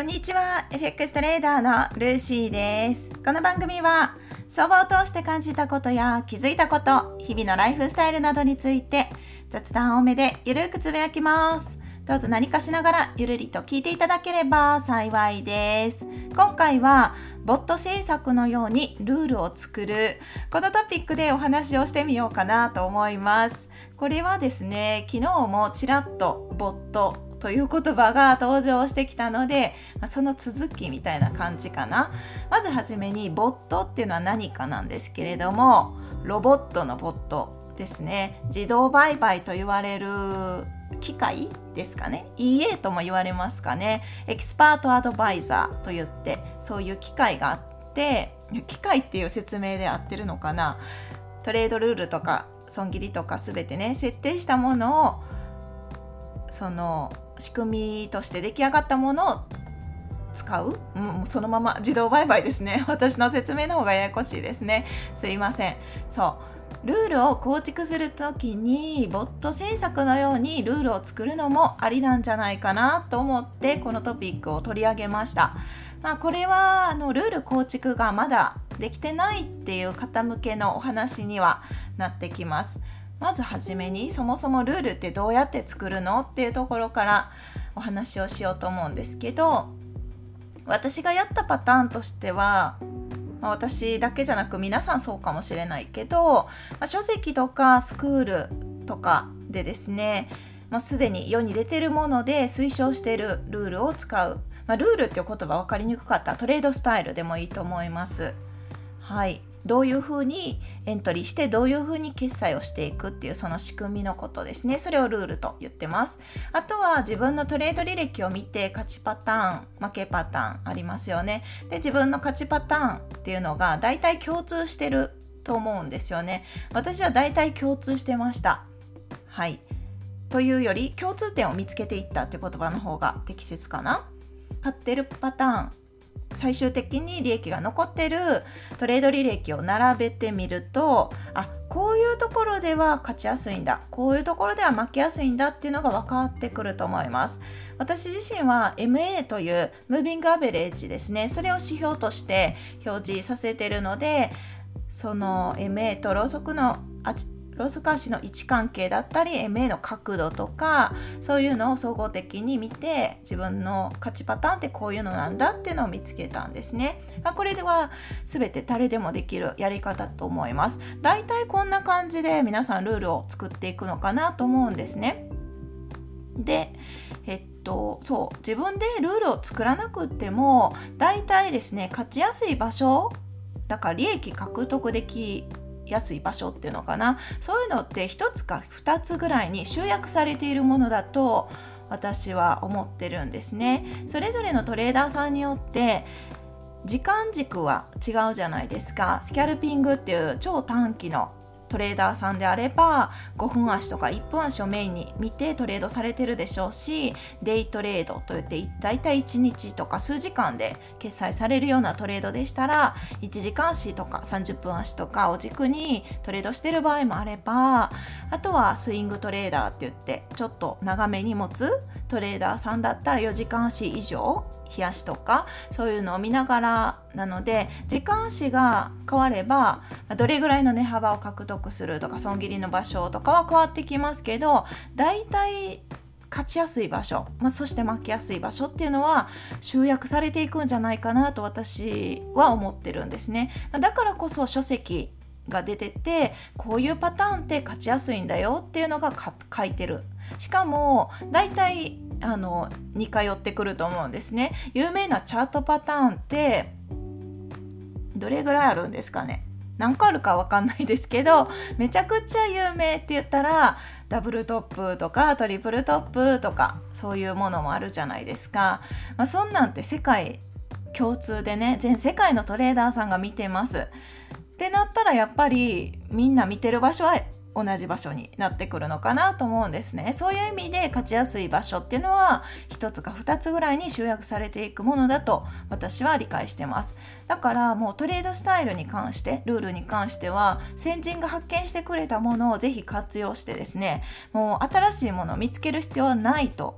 こんにちは、FX トレーダーのルーシーです。この番組は相場を通して感じたことや気づいたこと、日々のライフスタイルなどについて雑談多めでゆるくつぶやきます。どうぞ何かしながらゆるりと聞いていただければ幸いです。今回はボット制作のようにルールを作る、このトピックでお話をしてみようかなと思います。これはですね、昨日もちらっとボットという言葉が登場してきたので、その続きみたいな感じかな。まずはじめにボットっていうのは何かなんですけれども、ロボットのボットですね。自動売買と言われる機械ですかね。 EA とも言われますかね。エキスパートアドバイザーと言ってそういう機械があって、機械っていう説明で合ってるのかな。トレードルールとか損切りとか全てね、設定したものをその仕組みとして出来上がったものを使う、もうそのまま自動売買ですね。私の説明の方がややこしいですね。すいません。そうルールを構築するときにボット制作のようにルールを作るのもありなんじゃないかなと思ってこのトピックを取り上げました。これはルール構築がまだできてないっていう方向けのお話にはなってきます。まずはじめにそもそもルールってどうやって作るのっていうところからお話をしようと思うんですけど、私がやったパターンとしては、私だけじゃなく皆さんそうかもしれないけど、書籍とかスクールとかでですね、すでに世に出てるもので推奨しているルールを使う、ルールっていう言葉分かりにくかったらトレードスタイルでもいいと思います。はい、どういうふうにエントリーしてどういうふうに決済をしていくっていうその仕組みのことですね。それをルールと言ってます。あとは自分のトレード履歴を見て勝ちパターン、負けパターンありますよね。で、自分の勝ちパターンっていうのが大体共通してると思うんですよね。私は大体共通してました。はい。というより共通点を見つけていったって言葉の方が適切かな。勝ってるパターン、最終的に利益が残ってるトレード履歴を並べてみると、こういうところでは勝ちやすいんだ、こういうところでは負けやすいんだっていうのが分かってくると思います。私自身は MA というムービングアベレージですね、それを指標として表示させているので、その MA とローソク足の位置関係だったり MA の角度とか、そういうのを総合的に見て自分の勝ちパターンってこういうのなんだっていうのを見つけたんですね。これでは全て誰でもできるやり方と思います。だいたいこんな感じで皆さんルールを作っていくのかなと思うんですね。で、自分でルールを作らなくってもだいたいですね、勝ちやすい場所だから利益獲得できやすい場所っていうのかな、そういうのって1つか2つぐらいに集約されているものだと私は思ってるんですね。それぞれのトレーダーさんによって時間軸は違うじゃないですか。スキャルピングっていう超短期のトレーダーさんであれば5分足とか1分足をメインに見てトレードされてるでしょうし、デイトレードといってだいたい1日とか数時間で決済されるようなトレードでしたら1時間足とか30分足とかを軸にトレードしてる場合もあれば、あとはスイングトレーダーって言ってちょっと長めに持つトレーダーさんだったら4時間足以上日足とかそういうのを見ながらなので、時間足が変わればどれぐらいの値幅を獲得するとか損切りの場所とかは変わってきますけど、だいたい勝ちやすい場所、そして負けやすい場所っていうのは集約されていくんじゃないかなと私は思ってるんですね。だからこそ書籍が出ててこういうパターンって勝ちやすいんだよっていうのが書いてる。しかもだいたい似通ってくると思うんですね。有名なチャートパターンってどれぐらいあるんですかね。何個あるか分かんないですけど、めちゃくちゃ有名って言ったらダブルトップとかトリプルトップとかそういうものもあるじゃないですか。そんなんて世界共通でね、全世界のトレーダーさんが見てますってなったら、やっぱりみんな見てる場所は同じ場所になってくるのかなと思うんですね。そういう意味で勝ちやすい場所っていうのは1つか2つぐらいに集約されていくものだと私は理解してます。だからもうトレードスタイルに関してルールに関しては先人が発見してくれたものをぜひ活用してですね、もう新しいものを見つける必要はないと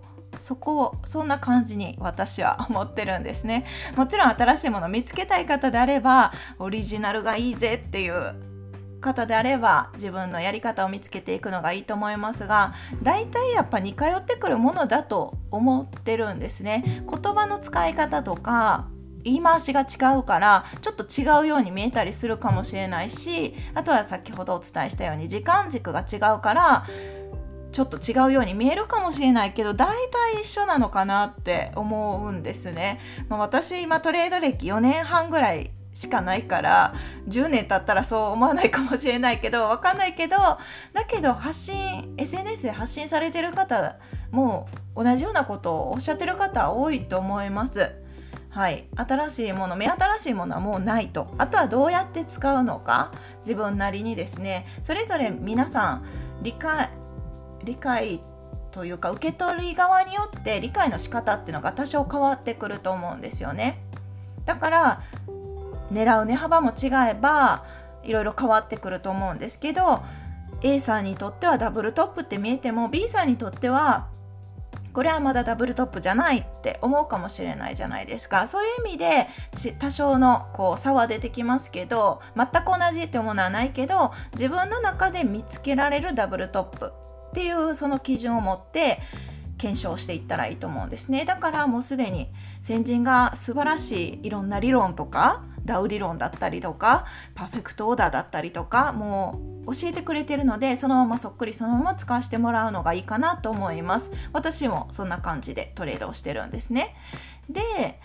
そんな感じに私は思ってるんですね。もちろん新しいものを見つけたい方であればオリジナルがいいぜっていう方であれば自分のやり方を見つけていくのがいいと思いますが、だいたいやっぱ似通ってくるものだと思ってるんですね。言葉の使い方とか言い回しが違うからちょっと違うように見えたりするかもしれないし、あとは先ほどお伝えしたように時間軸が違うからちょっと違うように見えるかもしれないけど、大体一緒なのかなって思うんですね。私今トレード歴4年半ぐらいしかないから10年経ったらそう思わないかもしれないけど、わかんないけど、だけどSNS で発信されてる方も同じようなことをおっしゃってる方多いと思います。はい、新しいもの、目新しいものはもうないと。あとはどうやって使うのか、自分なりにですね、それぞれ皆さん理解というか受け取り側によって理解の仕方っていうのが多少変わってくると思うんですよね。だから狙う値幅も違えばいろいろ変わってくると思うんですけど、 A さんにとってはダブルトップって見えても B さんにとってはこれはまだダブルトップじゃないって思うかもしれないじゃないですか。そういう意味で多少の差は出てきますけど、全く同じってものはないけど、自分の中で見つけられるダブルトップっていうその基準を持って検証していったらいいと思うんですね。だからもうすでに先人が素晴らしいいろんな理論とか、ダウ理論だったりとかパーフェクトオーダーだったりとかもう教えてくれてるので、そのままそっくりそのまま使わせてもらうのがいいかなと思います。私もそんな感じでトレードをしてるんですね。で、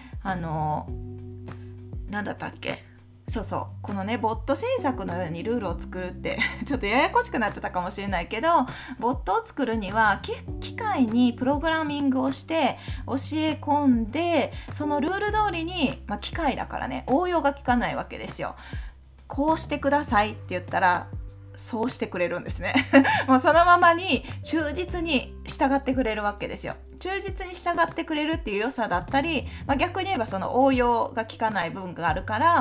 なんだったっけ、このねボット制作のようにルールを作るってちょっとややこしくなっちゃったかもしれないけど、ボットを作るには機械にプログラミングをして教え込んで、そのルール通りに、機械だからね応用が効かないわけですよ。こうしてくださいって言ったらそうしてくれるんですねもうそのままに忠実に従ってくれるわけですよ。忠実に従ってくれるっていう良さだったり、逆に言えばその応用が効かない部分があるから、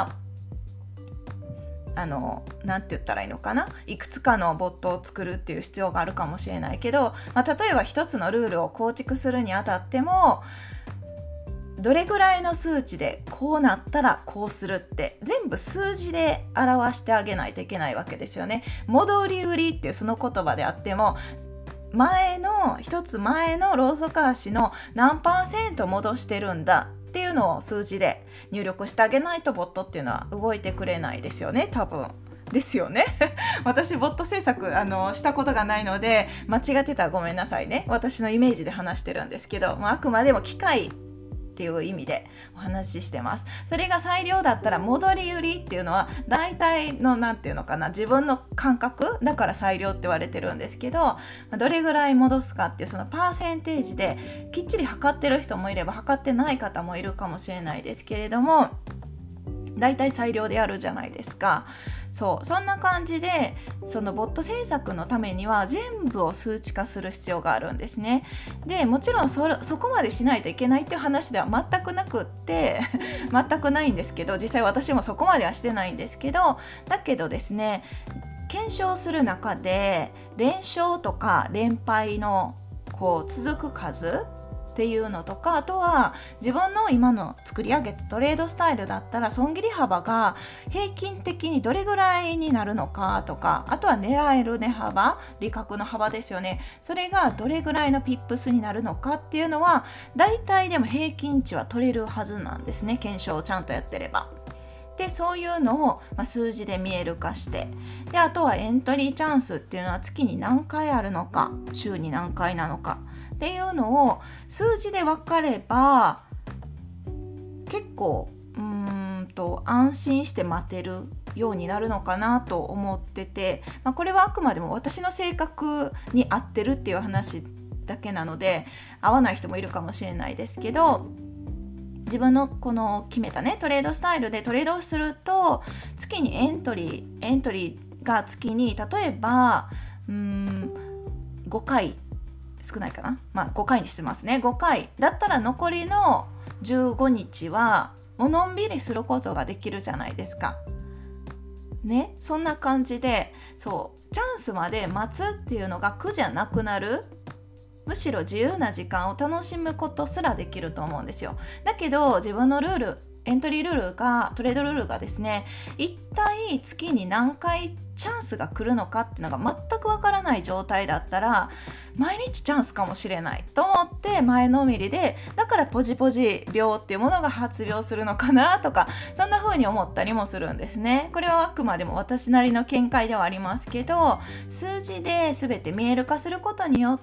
なんて言ったらいいのかな、いくつかのボットを作るっていう必要があるかもしれないけど、例えば一つのルールを構築するにあたってもどれぐらいの数値でこうなったらこうするって全部数字で表してあげないといけないわけですよね。戻り売りっていうその言葉であっても、一つ前のローソク足の何%戻してるんだっていうのを数字で入力してあげないとボットっていうのは動いてくれないですよね、多分。ですよね私ボット制作したことがないので間違ってたらごめんなさいね。私のイメージで話してるんですけど、あくまでも機械っていう意味でお話ししてます。それが裁量だったら戻り売りっていうのは大体のなんていうのかな、自分の感覚だから裁量って言われてるんですけど、どれぐらい戻すかっていうそのパーセンテージできっちり測ってる人もいれば測ってない方もいるかもしれないですけれども、だいたい裁量でやるじゃないですか。そんな感じでそのボット制作のためには全部を数値化する必要があるんですね。でもちろんそこまでしないといけないっていう話では全くなくって全くないんですけど、実際私もそこまではしてないんですけど、だけどですね、検証する中で連勝とか連敗の続く数っていうのとか、あとは自分の今の作り上げたトレードスタイルだったら損切り幅が平均的にどれぐらいになるのかとか、あとは狙える値幅、利確の幅ですよね、それがどれぐらいのピップスになるのかっていうのは大体でも平均値は取れるはずなんですね、検証をちゃんとやってれば。でそういうのを数字で見える化して、であとはエントリーチャンスっていうのは月に何回あるのか、週に何回なのかっていうのを数字で分かれば結構安心して待てるようになるのかなと思ってて、これはあくまでも私の性格に合ってるっていう話だけなので合わない人もいるかもしれないですけど、自分のこの決めたねトレードスタイルでトレードをすると月にエントリーが月に例えば5回少ないかな、5回にしてますね。5回だったら残りの15日はもうのんびりすることができるじゃないですかね。そんな感じでチャンスまで待つっていうのが苦じゃなくなるむしろ自由な時間を楽しむことすらできると思うんですよ。だけど自分のルール、エントリールールが、トレードルールがですね、一体月に何回チャンスが来るのかっていうのが全くわからない状態だったら、毎日チャンスかもしれないと思って前のめりで、だからポジポジ病っていうものが発病するのかなとか、そんな風に思ったりもするんですね。これはあくまでも私なりの見解ではありますけど、数字で全て見える化することによって、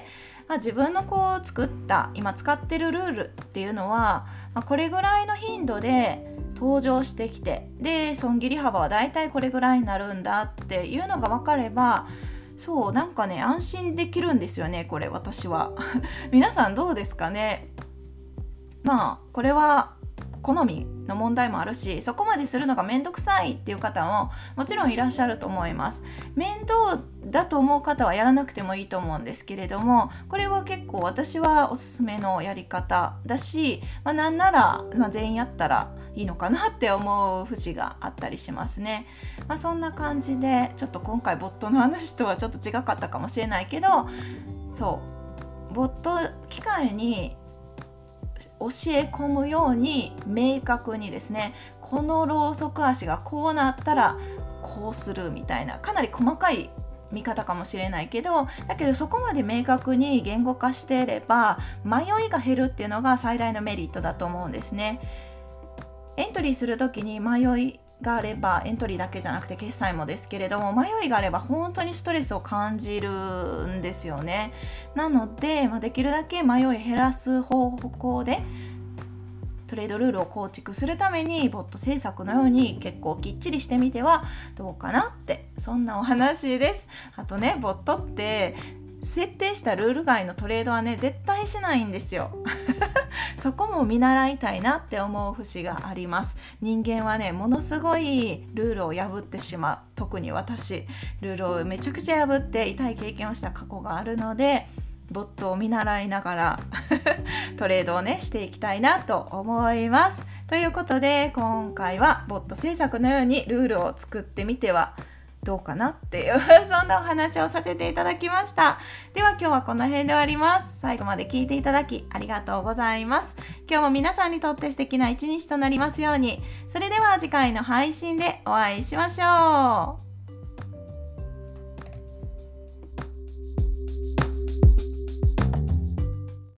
自分の作った今使ってるルールっていうのは、これぐらいの頻度で登場してきて、で損切り幅はだいたいこれぐらいになるんだっていうのが分かれば、そうなんかね、安心できるんですよね、これ私は。皆さんどうですかね。これは好みの問題もあるし、そこまでするのがめんどくさいっていう方ももちろんいらっしゃると思います。面倒だと思う方はやらなくてもいいと思うんですけれども、これは結構私はおすすめのやり方だし、なんなら、全員やったらいいのかなって思う節があったりしますね。そんな感じで、ちょっと今回ボットの話とはちょっと違かったかもしれないけど、そうボット機械に教え込むように明確にですね、このロウソク足がこうなったらこうするみたいな、かなり細かい見方かもしれないけど、だけどそこまで明確に言語化していれば迷いが減るっていうのが最大のメリットだと思うんですね。エントリーするときに迷いがあれば、エントリーだけじゃなくて決済もですけれども、迷いがあれば本当にストレスを感じるんですよね。なので、できるだけ迷い減らす方向でトレードルールを構築するために、ボット制作のように結構きっちりしてみてはどうかなって、そんなお話です。あとね、ボットって設定したルール外のトレードはね、絶対しないんですよ。そこも見習いたいなって思う節があります。人間はね、ものすごいルールを破ってしまう。特に私、ルールをめちゃくちゃ破って痛い経験をした過去があるので、ボットを見習いながらトレードをねしていきたいなと思います。ということで、今回はボット制作のようにルールを作ってみてはどうかなっていうそんなお話をさせていただきました。では今日はこの辺で終わります。最後まで聞いていただきありがとうございます。今日も皆さんにとって素敵な一日となりますように。それでは次回の配信でお会いしましょう。